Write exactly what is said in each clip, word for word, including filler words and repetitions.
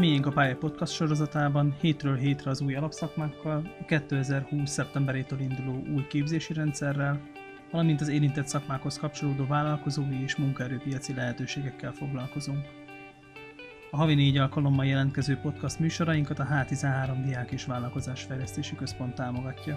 Miénk a Pálya podcast sorozatában hétről hétre az új alapszakmákkal, a kétezer-húsz. szeptemberétől induló új képzési rendszerrel, valamint az érintett szakmákhoz kapcsolódó vállalkozói és munkaerőpiaci lehetőségekkel foglalkozunk. A havi négy alkalommal jelentkező podcast műsorainkat a há tizenhárom Diák és Vállalkozásfejlesztési Központ támogatja.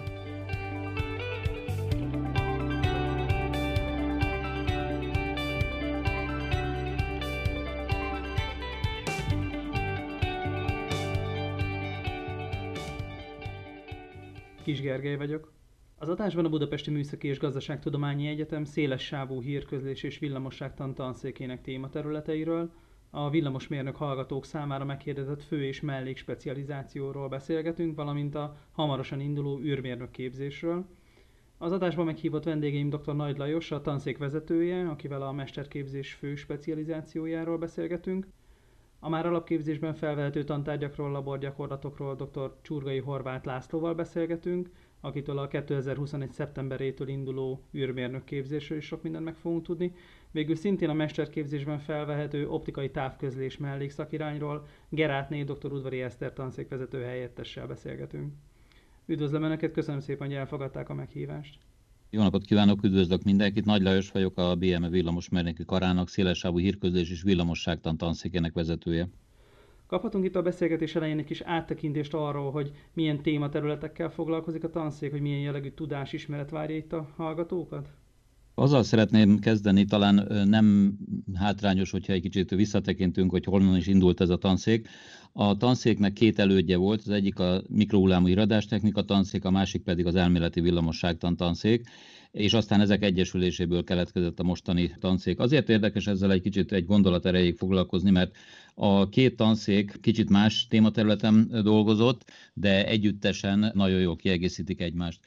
Kis Gergely vagyok. Az adásban a Budapesti Műszaki és Gazdaságtudományi Egyetem szélessávú hírközlés és villamosságtan tanszékének tématerületeiről, a villamosmérnök hallgatók számára meghirdetett fő- és mellékspecializációról beszélgetünk, valamint a hamarosan induló űrmérnök képzésről. Az adásban meghívott vendégeim dr. Nagy Lajos, a tanszék vezetője, akivel a mesterképzés fő specializációjáról beszélgetünk. A már alapképzésben felvehető tantárgyakról, laborgyakorlatokról dr. Csurgai Horváth Lászlóval beszélgetünk, akitől a kétezer-huszonegy. szeptemberétől induló űrmérnök képzésről is sok mindent meg fogunk tudni. Végül szintén a mesterképzésben felvehető optikai távközlés mellékszakirányról Gerátné dr. Udvari Eszter tanszékvezető helyettessel beszélgetünk. Üdvözlöm Önöket, köszönöm szépen, hogy elfogadták a meghívást. Jó napot kívánok, üdvözlök mindenkit! Nagy Lajos vagyok, a bé em e villamosmérnöki karának szélessávú hírközlés és villamosságtan tanszékének vezetője. Kaphatunk itt a beszélgetés elején egy kis áttekintést arról, hogy milyen tématerületekkel foglalkozik a tanszék, hogy milyen jellegű tudás, ismeret várja itt a hallgatókat? Azzal szeretném kezdeni, talán nem hátrányos, hogyha egy kicsit visszatekintünk, hogy honnan is indult ez a tanszék. A tanszéknek két elődje volt, az egyik a mikrohullámú iradástechnika tanszék, a másik pedig az elméleti villamosságtan tanszék, és aztán ezek egyesüléséből keletkezett a mostani tanszék. Azért érdekes ezzel egy kicsit egy gondolat erejéig foglalkozni, mert a két tanszék kicsit más tématerületen dolgozott, de együttesen nagyon jól kiegészítik egymást.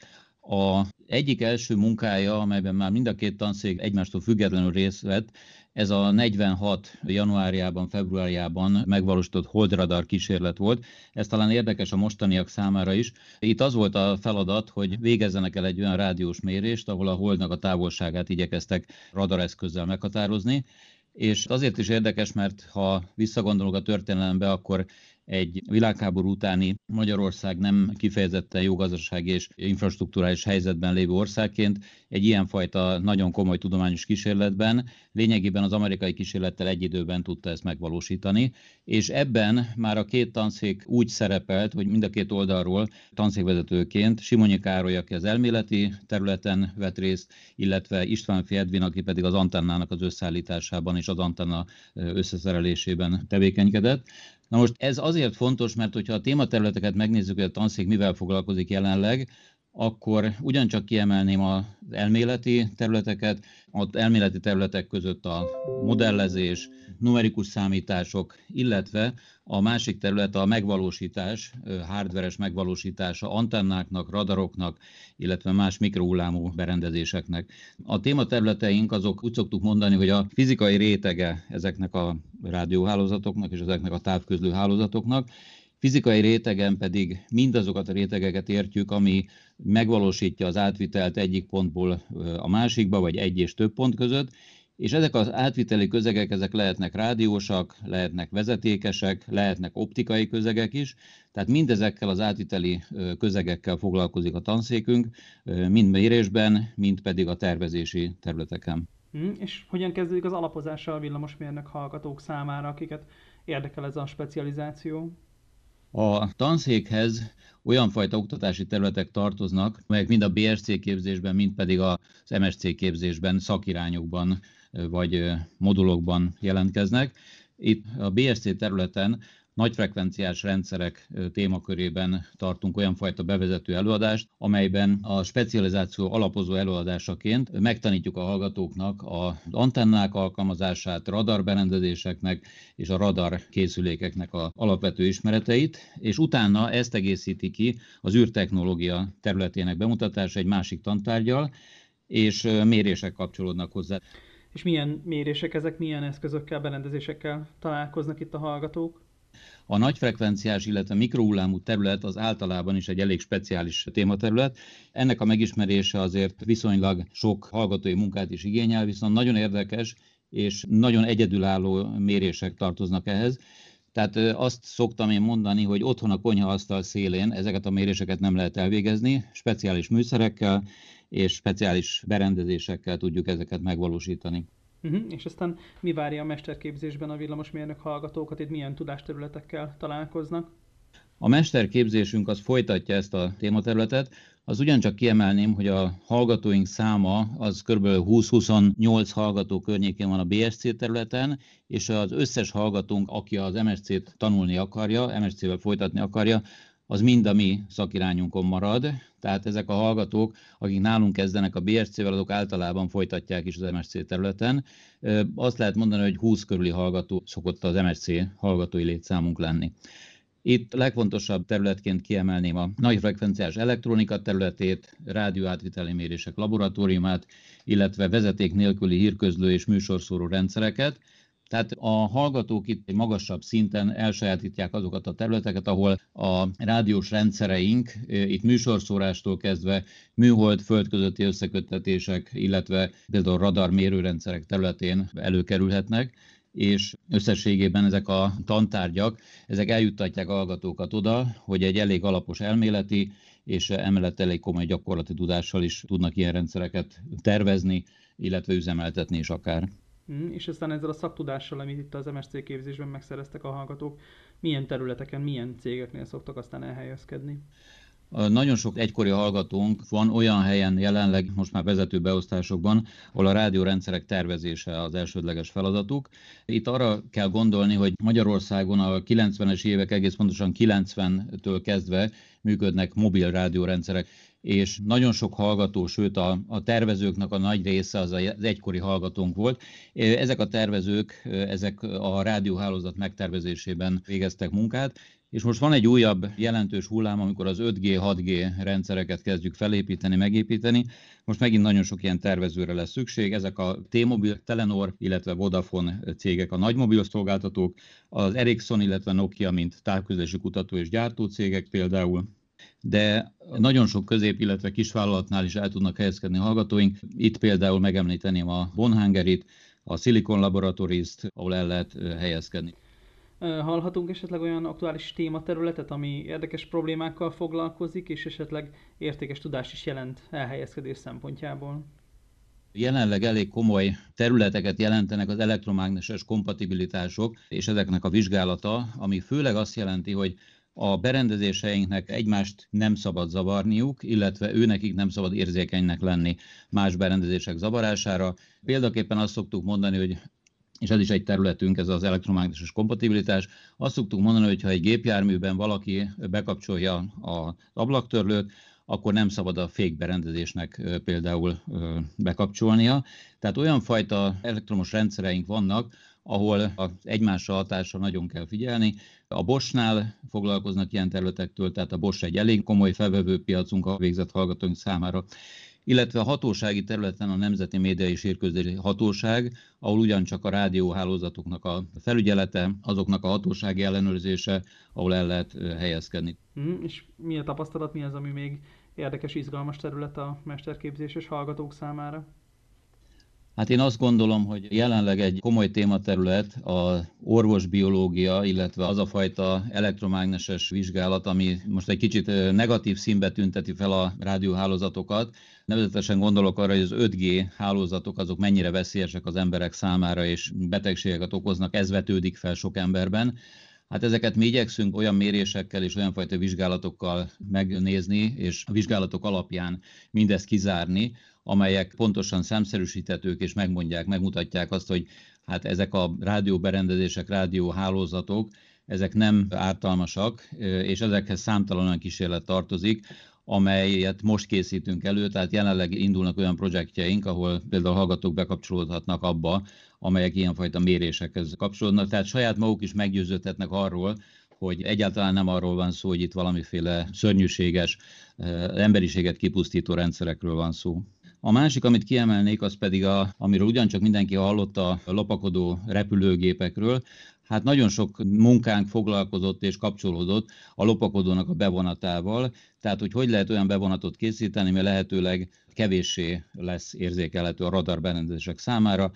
A egyik első munkája, amelyben már mind a két tanszék egymástól függetlenül részt vett, ez a negyvenhat. januárjában, februárjában megvalósított holdradar kísérlet volt. Ez talán érdekes a mostaniak számára is. Itt az volt a feladat, hogy végezzenek el egy olyan rádiós mérést, ahol a holdnak a távolságát igyekeztek radareszközzel meghatározni. És azért is érdekes, mert ha visszagondolunk a történelembe, akkor egy világháború utáni Magyarország nem kifejezetten jó gazdasági és infrastrukturális helyzetben lévő országként egy ilyenfajta nagyon komoly tudományos kísérletben lényegében az amerikai kísérlettel egy időben tudta ezt megvalósítani, és ebben már a két tanszék úgy szerepelt, hogy mind a két oldalról tanszékvezetőként Simonyi Károly, aki az elméleti területen vett részt, illetve Istvánffy Edvin, aki pedig az antennának az összeállításában és az antenna összeszerelésében tevékenykedett. Na most ez azért fontos, mert hogyha a tématerületeket megnézzük, hogy a tanszék mivel foglalkozik jelenleg, akkor ugyancsak kiemelném az elméleti területeket, az elméleti területek között a modellezés, numerikus számítások, illetve a másik terület a megvalósítás, hardveres megvalósítása antennáknak, radaroknak, illetve más mikrohullámú berendezéseknek. A tématerületeink azok úgy szoktuk mondani, hogy a fizikai rétege ezeknek a rádióhálózatoknak és ezeknek a távközlő hálózatoknak, fizikai rétegen pedig mindazokat a rétegeket értjük, ami megvalósítja az átvitelt egyik pontból a másikba, vagy egy és több pont között, és ezek az átviteli közegek, ezek lehetnek rádiósak, lehetnek vezetékesek, lehetnek optikai közegek is, tehát mindezekkel az átviteli közegekkel foglalkozik a tanszékünk, mind mérésben, mind pedig a tervezési területeken. Hmm, és hogyan kezdődik az alapozása a villamosmérnök hallgatók számára, akiket érdekel ez a specializáció? A tanszékhez olyan fajta oktatási területek tartoznak, melyek mind a bé es cé képzésben, mind pedig az em es cé képzésben, szakirányokban vagy modulokban jelentkeznek. Itt a bé es cé területen nagyfrekvenciás rendszerek témakörében tartunk olyan fajta bevezető előadást, amelyben a specializáció alapozó előadásaként megtanítjuk a hallgatóknak az antennák alkalmazását, radarberendezéseknek és a radar készülékeknek az alapvető ismereteit, és utána ezt egészíti ki az űrtechnológia területének bemutatása egy másik tantárggyal, és mérések kapcsolódnak hozzá. És milyen mérések ezek, milyen eszközökkel, berendezésekkel találkoznak itt a hallgatók? A nagyfrekvenciás, illetve mikrohullámú terület az általában is egy elég speciális tématerület. Ennek a megismerése azért viszonylag sok hallgatói munkát is igényel, viszont nagyon érdekes és nagyon egyedülálló mérések tartoznak ehhez. Tehát azt szoktam én mondani, hogy otthon a konyhaasztal szélén ezeket a méréseket nem lehet elvégezni, speciális műszerekkel és speciális berendezésekkel tudjuk ezeket megvalósítani. Uh-huh. És aztán mi várja a mesterképzésben a villamosmérnök hallgatókat, itt milyen tudásterületekkel találkoznak? A mesterképzésünk az folytatja ezt a tématerületet, az ugyancsak kiemelném, hogy a hallgatóink száma az kb. húsz-huszonnyolc hallgató környékén van a bé es cé területen, és az összes hallgatónk, aki az em es cét tanulni akarja, em es cével folytatni akarja, az mind a mi szakirányunkon marad. Tehát ezek a hallgatók, akik nálunk kezdenek a bé es cével, azok általában folytatják is az em es cé területen. Azt lehet mondani, hogy húsz körüli hallgató szokott az em es cé hallgatói létszámunk lenni. Itt legfontosabb területként kiemelném a nagyfrekvenciás elektronika területét, rádióátviteli mérések laboratóriumát, illetve vezeték nélküli hírközlő és műsorszóró rendszereket. Tehát a hallgatók itt egy magasabb szinten elsajátítják azokat a területeket, ahol a rádiós rendszereink, itt műsorszórástól kezdve műhold földközötti összeköttetések, illetve például radar mérőrendszerek területén előkerülhetnek, és összességében ezek a tantárgyak, ezek eljuttatják a hallgatókat oda, hogy egy elég alapos elméleti, és emellett elég komoly gyakorlati tudással is tudnak ilyen rendszereket tervezni, illetve üzemeltetni is akár. Mm, és aztán ezzel a szaktudással, amit itt az em es cé képzésben megszereztek a hallgatók, milyen területeken, milyen cégeknél szoktak aztán elhelyezkedni? Nagyon sok egykori hallgatónk van olyan helyen jelenleg, most már vezető beosztásokban, ahol a rádiórendszerek tervezése az elsődleges feladatuk. Itt arra kell gondolni, hogy Magyarországon a kilencvenes évek, egész pontosan kilencventől kezdve működnek mobil rádiórendszerek, és nagyon sok hallgató, sőt a, a tervezőknek a nagy része az az egykori hallgatónk volt. Ezek a tervezők, ezek a rádióhálózat megtervezésében végeztek munkát, és most van egy újabb jelentős hullám, amikor az öt G, hat G rendszereket kezdjük felépíteni, megépíteni. Most megint nagyon sok ilyen tervezőre lesz szükség. Ezek a T-Mobile, Telenor, illetve Vodafone cégek, a nagy mobil szolgáltatók, az Ericsson, illetve Nokia, mint távközlési kutató és gyártó cégek például. De nagyon sok közép, illetve kisvállalatnál is el tudnak helyezkedni a hallgatóink. Itt például megemlíteném a Bonhangerit, a Silicon Laboratories-t, ahol el lehet helyezkedni. Hallhatunk esetleg olyan aktuális tématerületet, ami érdekes problémákkal foglalkozik, és esetleg értékes tudást is jelent elhelyezkedés szempontjából? Jelenleg elég komoly területeket jelentenek az elektromágneses kompatibilitások, és ezeknek a vizsgálata, ami főleg azt jelenti, hogy a berendezéseinknek egymást nem szabad zavarniuk, illetve őnekik nem szabad érzékenynek lenni más berendezések zavarására. Példaképpen azt szoktuk mondani, hogy és ez is egy területünk, ez az elektromágneses kompatibilitás. Azt szoktuk mondani, hogy ha egy gépjárműben valaki bekapcsolja az ablaktörlőt, akkor nem szabad a fékberendezésnek például bekapcsolnia. Tehát olyan fajta elektromos rendszereink vannak, ahol az egymásra hatásra nagyon kell figyelni. A Boschnál foglalkoznak ilyen területektől, tehát a Bosch egy elég komoly felvevőpiacunk a végzett hallgatóink számára, illetve a hatósági területen a Nemzeti Média és Hírközlési Hatóság, ahol ugyancsak a rádióhálózatoknak a felügyelete, azoknak a hatósági ellenőrzése, ahol el lehet helyezkedni. Mm, és mi a tapasztalat, mi az, ami még érdekes, izgalmas terület a mesterképzéses hallgatók számára? Hát én azt gondolom, hogy jelenleg egy komoly tématerület az orvosbiológia, illetve az a fajta elektromágneses vizsgálat, ami most egy kicsit negatív színbe tünteti fel a rádióhálózatokat. Nevezetesen gondolok arra, hogy az öt G hálózatok azok mennyire veszélyesek az emberek számára, és betegségeket okoznak, ez vetődik fel sok emberben. Hát ezeket mi igyekszünk olyan mérésekkel és olyan fajta vizsgálatokkal megnézni, és a vizsgálatok alapján mindezt kizárni, amelyek pontosan számszerűsíthetők és megmondják, megmutatják azt, hogy hát ezek a rádióberendezések, rádióhálózatok, ezek nem ártalmasak, és ezekhez számtalan olyan kísérlet tartozik, amelyet most készítünk elő, tehát jelenleg indulnak olyan projektjeink, ahol például hallgatók bekapcsolódhatnak abba, amelyek ilyenfajta mérésekhez kapcsolódnak, tehát saját maguk is meggyőződhetnek arról, hogy egyáltalán nem arról van szó, hogy itt valamiféle szörnyűséges, emberiséget kipusztító rendszerekről van szó. A másik, amit kiemelnék, az pedig, a, amiről ugyancsak mindenki hallott, a lopakodó repülőgépekről. Hát nagyon sok munkánk foglalkozott és kapcsolódott a lopakodónak a bevonatával, tehát hogy hogy lehet olyan bevonatot készíteni, ami lehetőleg kevéssé lesz érzékelhető a radar berendezések számára.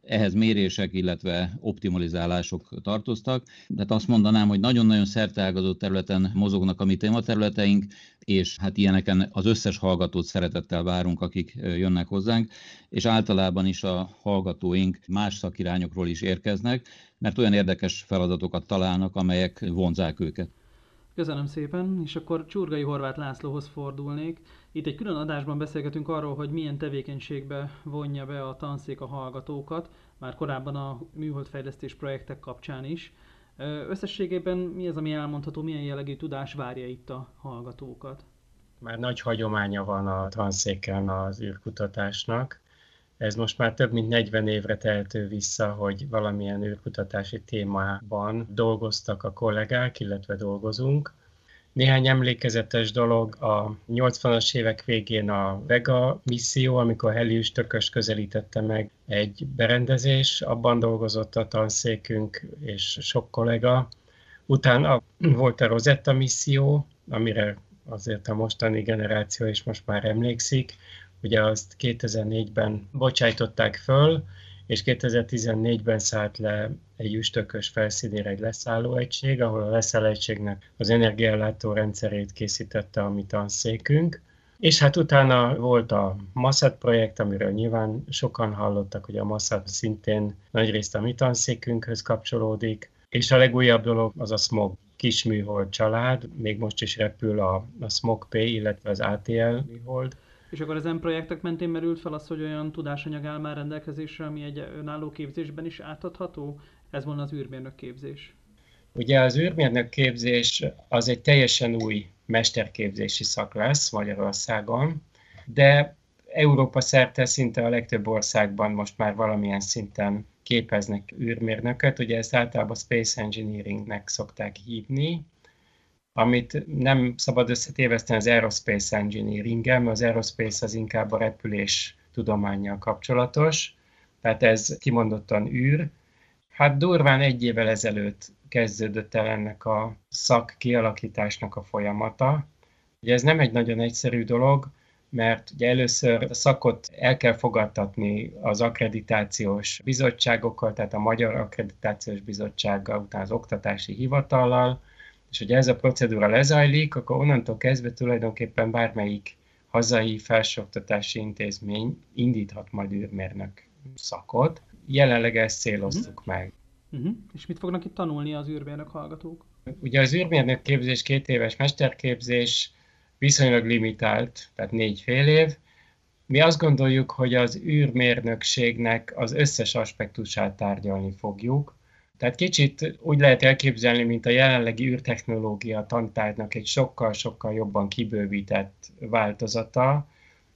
ehhez mérések, illetve optimalizálások tartoztak. Tehát azt mondanám, hogy nagyon-nagyon szerteágazó területen mozognak a mi tématerületeink, és hát ilyeneken az összes hallgatót szeretettel várunk, akik jönnek hozzánk, és általában is a hallgatóink más szakirányokról is érkeznek, mert olyan érdekes feladatokat találnak, amelyek vonzák őket. Köszönöm szépen, és akkor Csurgai Horváth Lászlóhoz fordulnék. Itt egy külön adásban beszélgetünk arról, hogy milyen tevékenységbe vonja be a tanszék a hallgatókat, már korábban a műholdfejlesztés projektek kapcsán is. Összességében mi az, ami elmondható, milyen jellegű tudás várja itt a hallgatókat? Már nagy hagyománya van a tanszéken az űrkutatásnak. Ez most már több mint negyven évre tehető vissza, hogy valamilyen űrkutatási témában dolgoztak a kollégák, illetve dolgozunk. Néhány emlékezetes dolog: a nyolcvanas évek végén a Vega misszió, amikor Helios tökös közelítette meg egy berendezés, abban dolgozott a tanszékünk és sok kollega. Utána volt a Rosetta misszió, amire azért a mostani generáció is most már emlékszik. Ugye azt kétezer-négyben bocsájtották föl, és kétezer-tizennégyben szállt le egy üstökös felszínére egy leszállóegység, ahol a leszállóegységnek az energiaellátó rendszerét készítette a mi tanszékünk. És hát utána volt a MASAT projekt, amiről nyilván sokan hallottak, hogy a MASAT szintén nagyrészt a mi tanszékünkhöz kapcsolódik. És a legújabb dolog az a SMOG kisműhold család, még most is repül a, a SMOG-P, illetve az á té el műhold. És akkor ezen projektek mentén merült fel az, hogy olyan tudásanyag áll már rendelkezésre, ami egy önálló képzésben is átadható? Ez volna az űrmérnök képzés. Ugye az űrmérnök képzés az egy teljesen új mesterképzési szak lesz Magyarországon, de Európa szerte szinte a legtöbb országban most már valamilyen szinten képeznek űrmérnököt. Ugye ezt általában Space Engineeringnek szokták hívni, amit nem szabad összetéveszteni az Aerospace Engineering-el, mert az Aerospace az inkább a repülés tudománnyal kapcsolatos, tehát ez kimondottan űr. Hát durván egy évvel ezelőtt kezdődött el ennek a szak kialakításnak a folyamata. Ugye ez nem egy nagyon egyszerű dolog, mert ugye először a szakot el kell fogadtatni az akkreditációs bizottságokkal, tehát a Magyar Akkreditációs Bizottsággal, utána az Oktatási Hivatallal, és hogyha ez a procedúra lezajlik, akkor onnantól kezdve tulajdonképpen bármelyik hazai felsőoktatási intézmény indíthat majd űrmérnök szakot. Jelenleg ezt céloztuk uh-huh. meg. Uh-huh. És mit fognak itt tanulni az űrmérnök hallgatók? Ugye az űrmérnök képzés két éves mesterképzés, viszonylag limitált, tehát négy fél év. Mi azt gondoljuk, hogy az űrmérnökségnek az összes aspektusát tárgyalni fogjuk. Tehát kicsit úgy lehet elképzelni, mint a jelenlegi űrtechnológia tantárgynak egy sokkal-sokkal jobban kibővített változata,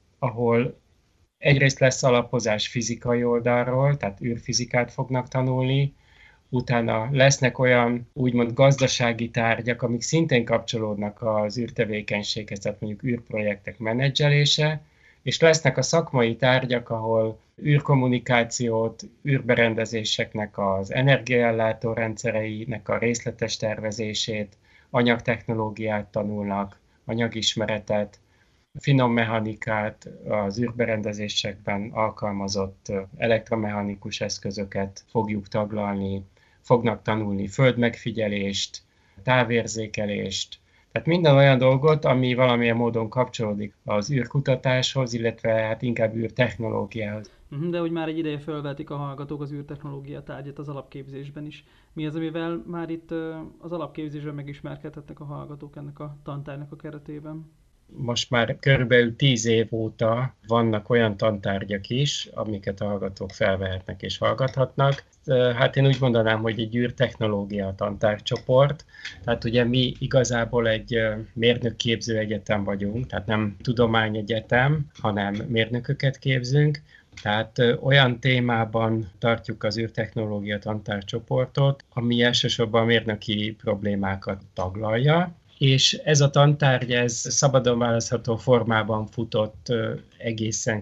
ahol egyrészt lesz alapozás fizikai oldalról, tehát űrfizikát fognak tanulni, utána lesznek olyan úgymond gazdasági tárgyak, amik szintén kapcsolódnak az űrtevékenységhez, tehát mondjuk űrprojektek menedzselése, és lesznek a szakmai tárgyak, ahol űrkommunikációt, űrberendezéseknek az energiaellátó rendszereinek a részletes tervezését, anyagtechnológiát tanulnak, anyagismeretet, finom mechanikát, az űrberendezésekben alkalmazott elektromechanikus eszközöket fogjuk taglalni, fognak tanulni földmegfigyelést, távérzékelést, tehát minden olyan dolgot, ami valamilyen módon kapcsolódik az űrkutatáshoz, illetve hát inkább űrtechnológiához. De hogy már egy ideje felvetik a hallgatók az űrtechnológia tárgyat az alapképzésben is. Mi az, amivel már itt az alapképzésben megismerkedhetnek a hallgatók ennek a tantárgynak a keretében? Most már körülbelül tíz év óta vannak olyan tantárgyak is, amiket a hallgatók felvehetnek és hallgathatnak. Hát én úgy mondanám, hogy egy űrtechnológia tantárgycsoport. Tehát ugye mi igazából egy mérnökképző egyetem vagyunk, tehát nem tudományegyetem, hanem mérnököket képzünk. Tehát olyan témában tartjuk az űrtechnológia tantárgycsoportot, ami elsősorban a mérnöki problémákat taglalja. És ez a tantárgy, ez szabadon választható formában futott egészen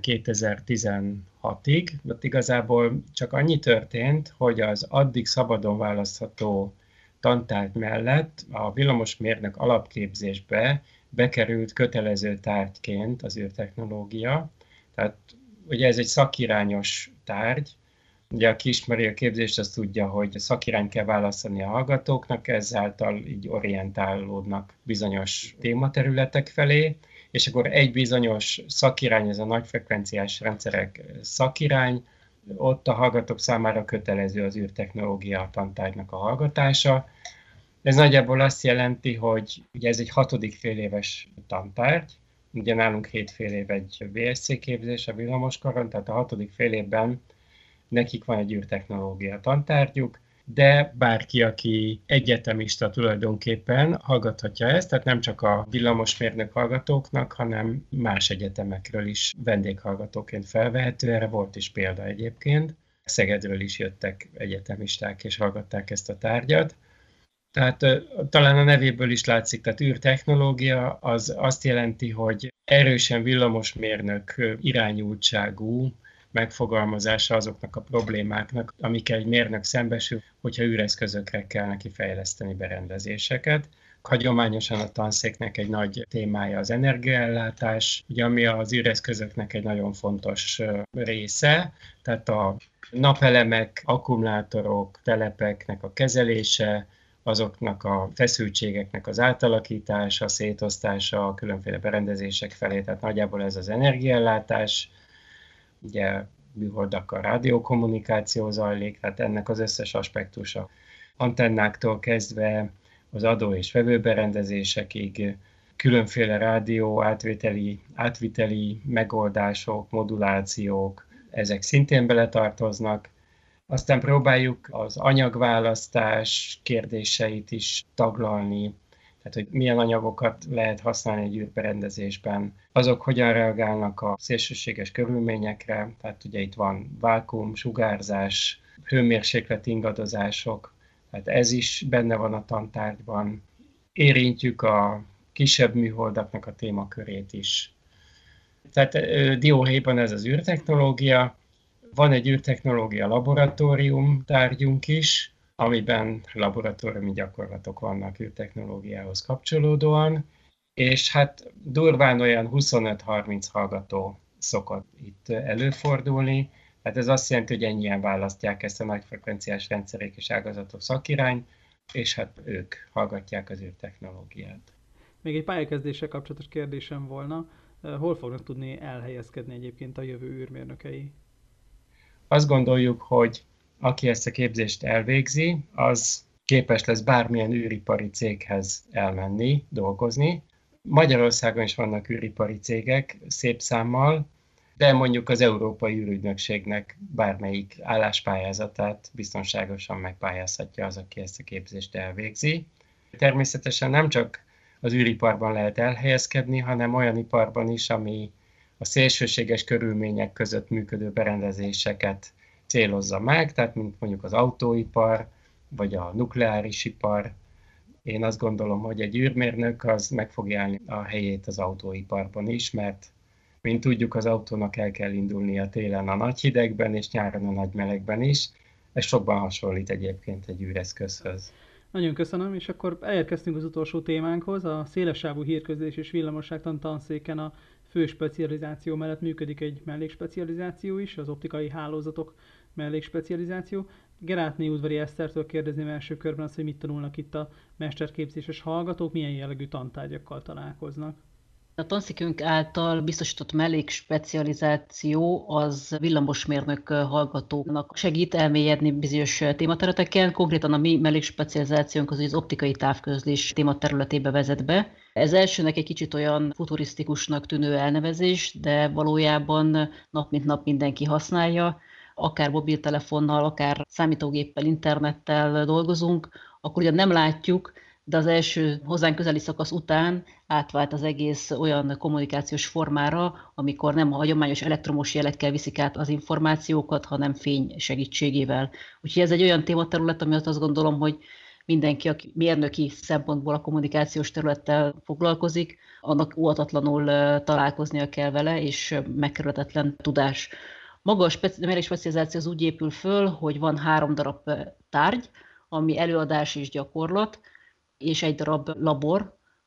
kétezer-tizenhatig. Ott igazából csak annyi történt, hogy az addig szabadon választható tantárgy mellett a villamosmérnök alapképzésbe bekerült kötelező tárgyként az űrtechnológia. Tehát ugye ez egy szakirányos tárgy, Ugye aki ismeri a képzést, az tudja, hogy szakirányt kell választani a hallgatóknak, ezáltal így orientálódnak bizonyos tématerületek felé, és akkor egy bizonyos szakirány, ez a nagyfrekvenciás rendszerek szakirány, ott a hallgatók számára kötelező az űrtechnológia tantárgynak a hallgatása. Ez nagyjából azt jelenti, hogy ugye ez egy hatodik féléves tantárgy, ugye nálunk hét fél év egy vé es cé képzés a villamoskaron, tehát a hatodik fél évben nekik van egy űrtechnológia tantárgyuk, de bárki, aki egyetemista tulajdonképpen hallgathatja ezt, tehát nem csak a villamosmérnök hallgatóknak, hanem más egyetemekről is vendéghallgatóként felvehető, erre volt is példa egyébként. Szegedről is jöttek egyetemisták és hallgatták ezt a tárgyat. Tehát talán a nevéből is látszik, tehát űrtechnológia az azt jelenti, hogy erősen villamosmérnök irányultságú megfogalmazása azoknak a problémáknak, amikkel egy mérnök szembesül, hogyha űreszközökre kell neki fejleszteni berendezéseket. Hagyományosan a tanszéknek egy nagy témája az energiaellátás, ugye, ami az űreszközöknek egy nagyon fontos része, tehát a napelemek, akkumulátorok, telepeknek a kezelése, azoknak a feszültségeknek az átalakítása, szétosztása a különféle berendezések felé, tehát nagyjából ez az energiaellátás, ugye műholdakkal rádiókommunikáció zajlik, tehát ennek az összes aspektusa. Antennáktól kezdve az adó- és vevőberendezésekig, különféle rádió átviteli, átviteli megoldások, modulációk, ezek szintén beletartoznak. Aztán próbáljuk az anyagválasztás kérdéseit is taglalni, tehát hogy milyen anyagokat lehet használni egy űrberendezésben, azok hogyan reagálnak a szélsőséges körülményekre, tehát ugye itt van vákuum, sugárzás, hőmérséklet ingadozások, tehát ez is benne van a tantárgyban. Érintjük a kisebb műholdaknak a témakörét is. Tehát dióhéjban ez az űrtechnológia, van egy űrtechnológia laboratórium tárgyunk is, amiben laboratóriumi gyakorlatok vannak űrtechnológiához kapcsolódóan, és hát durván olyan huszonöt-harminc hallgató szokott itt előfordulni, tehát ez azt jelenti, hogy ennyien választják ezt a nagyfrekvenciás rendszerek és ágazatok szakirányt, és hát ők hallgatják az űrtechnológiát. Még egy pályakezdéssel kapcsolatos kérdésem volna, hol fognak tudni elhelyezkedni egyébként a jövő űrmérnökei? Azt gondoljuk, hogy aki ezt a képzést elvégzi, az képes lesz bármilyen űripari céghez elmenni, dolgozni. Magyarországon is vannak űripari cégek szép számmal, de mondjuk az Európai űrügynökségnek bármelyik álláspályázatát biztonságosan megpályázhatja az, aki ezt a képzést elvégzi. Természetesen nem csak az űriparban lehet elhelyezkedni, hanem olyan iparban is, ami a szélsőséges körülmények között működő berendezéseket célozza meg, tehát mint mondjuk az autóipar, vagy a nukleáris ipar. Én azt gondolom, hogy egy űrmérnök az meg fogja állni a helyét az autóiparban is, mert mint tudjuk, az autónak el kell indulnia télen a nagy hidegben, és nyáron a nagy melegben is. Ez sokban hasonlít egyébként egy űreszközhöz. Nagyon köszönöm, és akkor elérkeztünk az utolsó témánkhoz. A szélessávú hírközlés és villamosságtan tanszéken a fő specializáció mellett működik egy mellékspecializáció is, az optikai hálózatok mellékspecializáció. Gerátné Udvari Esztertől kérdezném első körben azt, hogy mit tanulnak itt a mesterképzéses hallgatók, milyen jellegű tantárgyakkal találkoznak. A tanszékünk által biztosított mellékspecializáció az villamosmérnök hallgatóknak segít elmélyedni bizonyos tématerületeken, konkrétan a mi mellékspecializációnk az az optikai távközlés tématerületébe vezet be. Ez elsőnek egy kicsit olyan futurisztikusnak tűnő elnevezés, de valójában nap mint nap mindenki használja, akár mobiltelefonnal, akár számítógéppel, internettel dolgozunk, akkor ugyan nem látjuk, de az első hozzánk közeli szakasz után átvált az egész olyan kommunikációs formára, amikor nem a hagyományos elektromos jelekkel viszik át az információkat, hanem fény segítségével. Úgyhogy ez egy olyan tématerület, ami azt gondolom, hogy mindenki, aki mérnöki szempontból a kommunikációs területtel foglalkozik, annak óhatatlanul találkoznia kell vele, és megkerülhetetlen tudás. Maga a speci- specializáció az úgy épül föl, hogy van három darab tárgy, ami előadás és gyakorlat, és egy darab labor,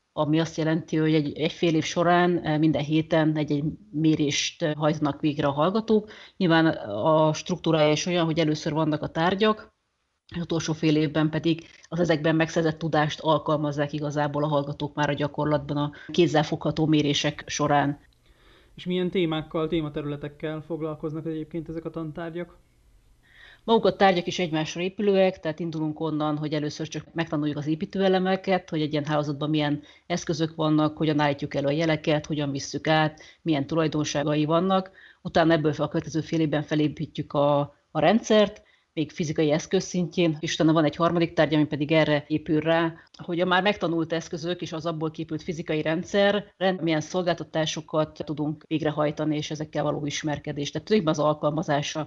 ami azt jelenti, hogy egy, egy fél év során minden héten egy-egy mérést hajtanak végre a hallgatók. Nyilván a struktúrája is olyan, hogy először vannak a tárgyak, az utolsó fél évben pedig az ezekben megszerzett tudást alkalmazzák igazából a hallgatók már a gyakorlatban a kézzelfogható mérések során. És milyen témákkal, tématerületekkel foglalkoznak egyébként ezek a tantárgyak? Maguk a tárgyak is egymásra épülőek, tehát indulunk onnan, hogy először csak megtanuljuk az építőelemeket, hogy egy ilyen hálózatban milyen eszközök vannak, hogyan állítjuk elő a jeleket, hogyan visszük át, milyen tulajdonságai vannak. Utána ebből fel a következő fél évben felépítjük a, a rendszert, még fizikai eszköz szintjén, és utána van egy harmadik tárgy, ami pedig erre épül rá, hogy a már megtanult eszközök és az abból képült fizikai rendszer, milyen szolgáltatásokat tudunk végrehajtani, és ezekkel való ismerkedés. Tehát tulajdonképpen az alkalmazása.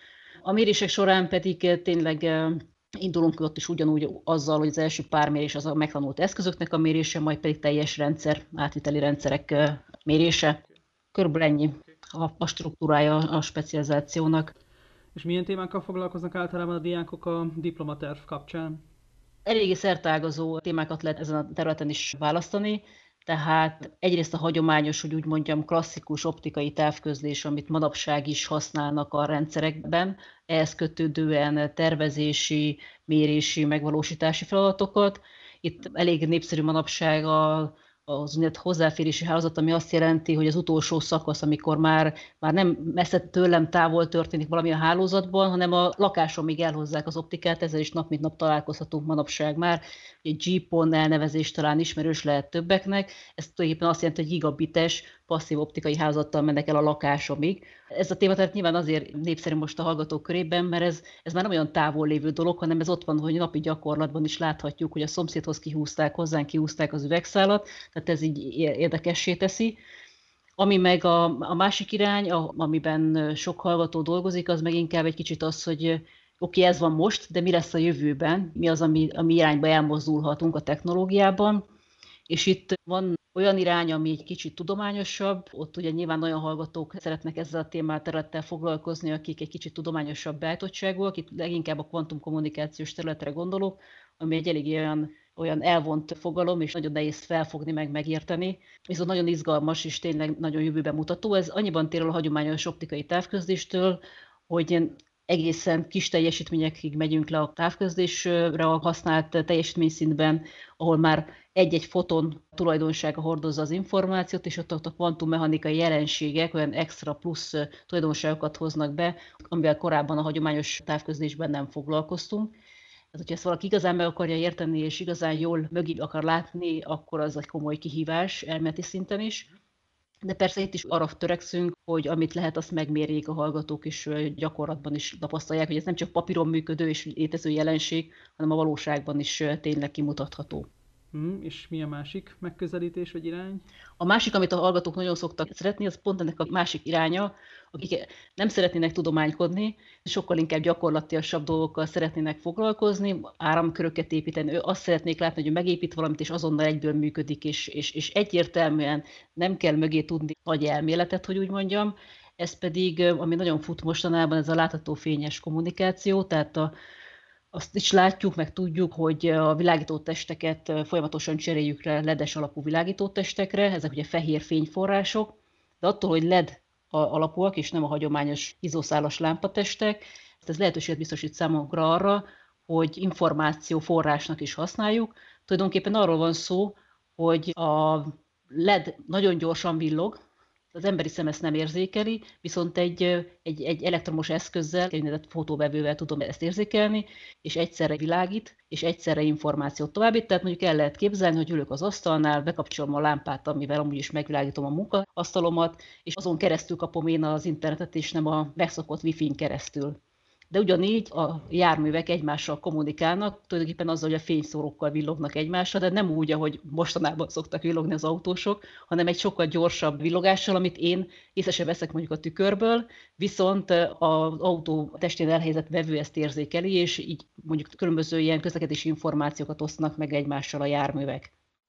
A mérések során pedig tényleg indulunk ott is ugyanúgy azzal, hogy az első pár mérés az a megtanult eszközöknek a mérése, majd pedig teljes rendszer, átviteli rendszerek mérése. Körülbelül ennyi a, a struktúrája a specializációnak. És milyen témákkal foglalkoznak általában a diákok a diplomaterv kapcsán? Eléggé szerteágazó témákat lehet ezen a területen is választani, tehát egyrészt a hagyományos, hogy úgy mondjam, klasszikus optikai távközlés, amit manapság is használnak a rendszerekben, ehhez kötődően tervezési, mérési, megvalósítási feladatokat. Itt elég népszerű manapság a az úgynevezett hozzáférési hálózat, ami azt jelenti, hogy az utolsó szakasz, amikor már, már nem messze tőlem távol történik valami a hálózatban, hanem a lakásomig elhozzák az optikát, ezzel is nap mint nap találkozhatunk manapság már. Egy G-pon elnevezés talán ismerős lehet többeknek, ez tulajdonképpen azt jelenti, hogy gigabites passzív optikai hálózattal mennek el a lakásomig. Ez a téma tehát nyilván azért népszerű most a hallgatók körében, mert ez, ez már nem olyan távol lévő dolog, hanem ez ott van, hogy napi gyakorlatban is láthatjuk, hogy a szomszédhoz kihúzták, hozzánk kihúzták az üvegszálat, tehát ez így érdekessé teszi. Ami meg a, a másik irány, a, amiben sok hallgató dolgozik, az meg inkább egy kicsit az, hogy oké, okay, ez van most, de mi lesz a jövőben, mi az, ami, ami irányba elmozdulhatunk a technológiában. És itt van olyan irány, ami egy kicsit tudományosabb, ott ugye nyilván olyan hallgatók szeretnek ezzel a témával területtel foglalkozni, akik egy kicsit tudományosabb beállítottságúak, itt leginkább a kvantumkommunikációs területre gondolok, ami egy elég olyan, olyan elvont fogalom, és nagyon nehéz felfogni, meg megérteni, viszont nagyon izgalmas és tényleg nagyon jövőben mutató. Ez annyiban tér el a hagyományos optikai távközléstől, hogy egészen kis teljesítményekig megyünk le a távközlésre használt teljesítményszintben, ahol már egy-egy foton tulajdonsága hordozza az információt, és ott a kvantummechanikai jelenségek olyan extra plusz tulajdonságokat hoznak be, amivel korábban a hagyományos távközlésben nem foglalkoztunk. Tehát, hogyha ezt valaki igazán meg akarja érteni, és igazán jól mögé akar látni, akkor az egy komoly kihívás elméleti szinten is. De persze itt is arra törekszünk, hogy amit lehet, azt megmérjék a hallgatók, és gyakorlatban is tapasztalják, hogy ez nem csak papíron működő és létező jelenség, hanem a valóságban is tényleg kimutatható. Hmm, és mi a másik megközelítés vagy irány? A másik, amit a hallgatók nagyon szoktak szeretni, az pont ennek a másik iránya, akik nem szeretnének tudománykodni, sokkal inkább gyakorlatilasabb dolgokkal szeretnének foglalkozni, áramköröket építeni, azt szeretnék látni, hogy megépít valamit, és azonnal egyből működik, és, és, és egyértelműen nem kell mögé tudni nagy elméletet, hogy úgy mondjam. Ez pedig, ami nagyon fut mostanában, ez a látható fényes kommunikáció, tehát a azt is látjuk, meg tudjuk, hogy a világítótesteket folyamatosan cseréljük rá ledes alapú világítótestekre, ezek ugye fehér fényforrások, de attól, hogy led alapúak, és nem a hagyományos izoszálas lámpatestek, ez lehetőséget biztosít számunkra arra, hogy információ forrásnak is használjuk. Tulajdonképpen arról van szó, hogy a led nagyon gyorsan villog, az emberi szem ezt nem érzékeli, viszont egy, egy, egy elektromos eszközzel, egy fotóvevővel tudom ezt érzékelni, és egyszerre világít, és egyszerre információt továbbít. Tehát mondjuk el lehet képzelni, hogy ülök az asztalnál, bekapcsolom a lámpát, amivel amúgy is megvilágítom a munkaasztalomat, és azon keresztül kapom én az internetet, és nem a megszokott wifi-n keresztül. De ugyanígy a járművek egymással kommunikálnak, tulajdonképpen azzal, hogy a fényszórókkal villognak egymásra, de nem úgy, ahogy mostanában szoktak villogni az autósok, hanem egy sokkal gyorsabb villogással, amit én észre sem veszek mondjuk a tükörből, viszont az autó testén elhelyezett vevő ezt érzékeli, és így mondjuk különböző ilyen közlekedési információkat osztanak meg egymással a járművek.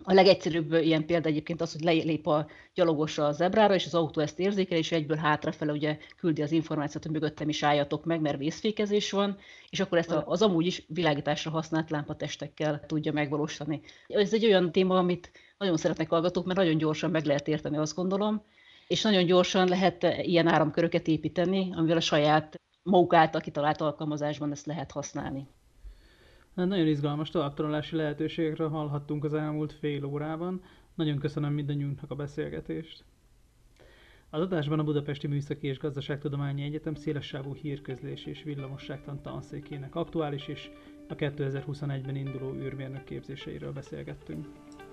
A legegyszerűbb ilyen példa egyébként az, hogy lelép a gyalogos a zebrára, és az autó ezt érzékel, és egyből hátrafele ugye küldi az információt, hogy mögöttem is álljatok meg, mert vészfékezés van, és akkor ezt az amúgy is világításra használt lámpatestekkel tudja megvalósítani. Ez egy olyan téma, amit nagyon szeretnek hallgatók, mert nagyon gyorsan meg lehet érteni, azt gondolom, és nagyon gyorsan lehet ilyen áramköröket építeni, amivel a saját maguk által kitalált alkalmazásban ezt lehet használni. Nagyon izgalmas továbbtanulási lehetőségekről hallhattunk az elmúlt fél órában. Nagyon köszönöm mindannyiunknak a beszélgetést. Az adásban a Budapesti Műszaki és Gazdaságtudományi Egyetem szélessávú hírközlés és villamosságtan tanszékének aktuális és a kétezer-huszonegyben induló űrmérnök képzéseiről beszélgettünk.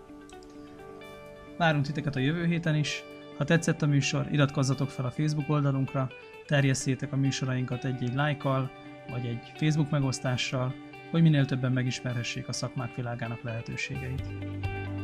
Várunk titeket a jövő héten is. Ha tetszett a műsor, iratkozzatok fel a Facebook oldalunkra, terjesszétek a műsorainkat egy-egy lájkkal, vagy egy Facebook megosztással, hogy minél többen megismerhessék a szakmák világának lehetőségeit.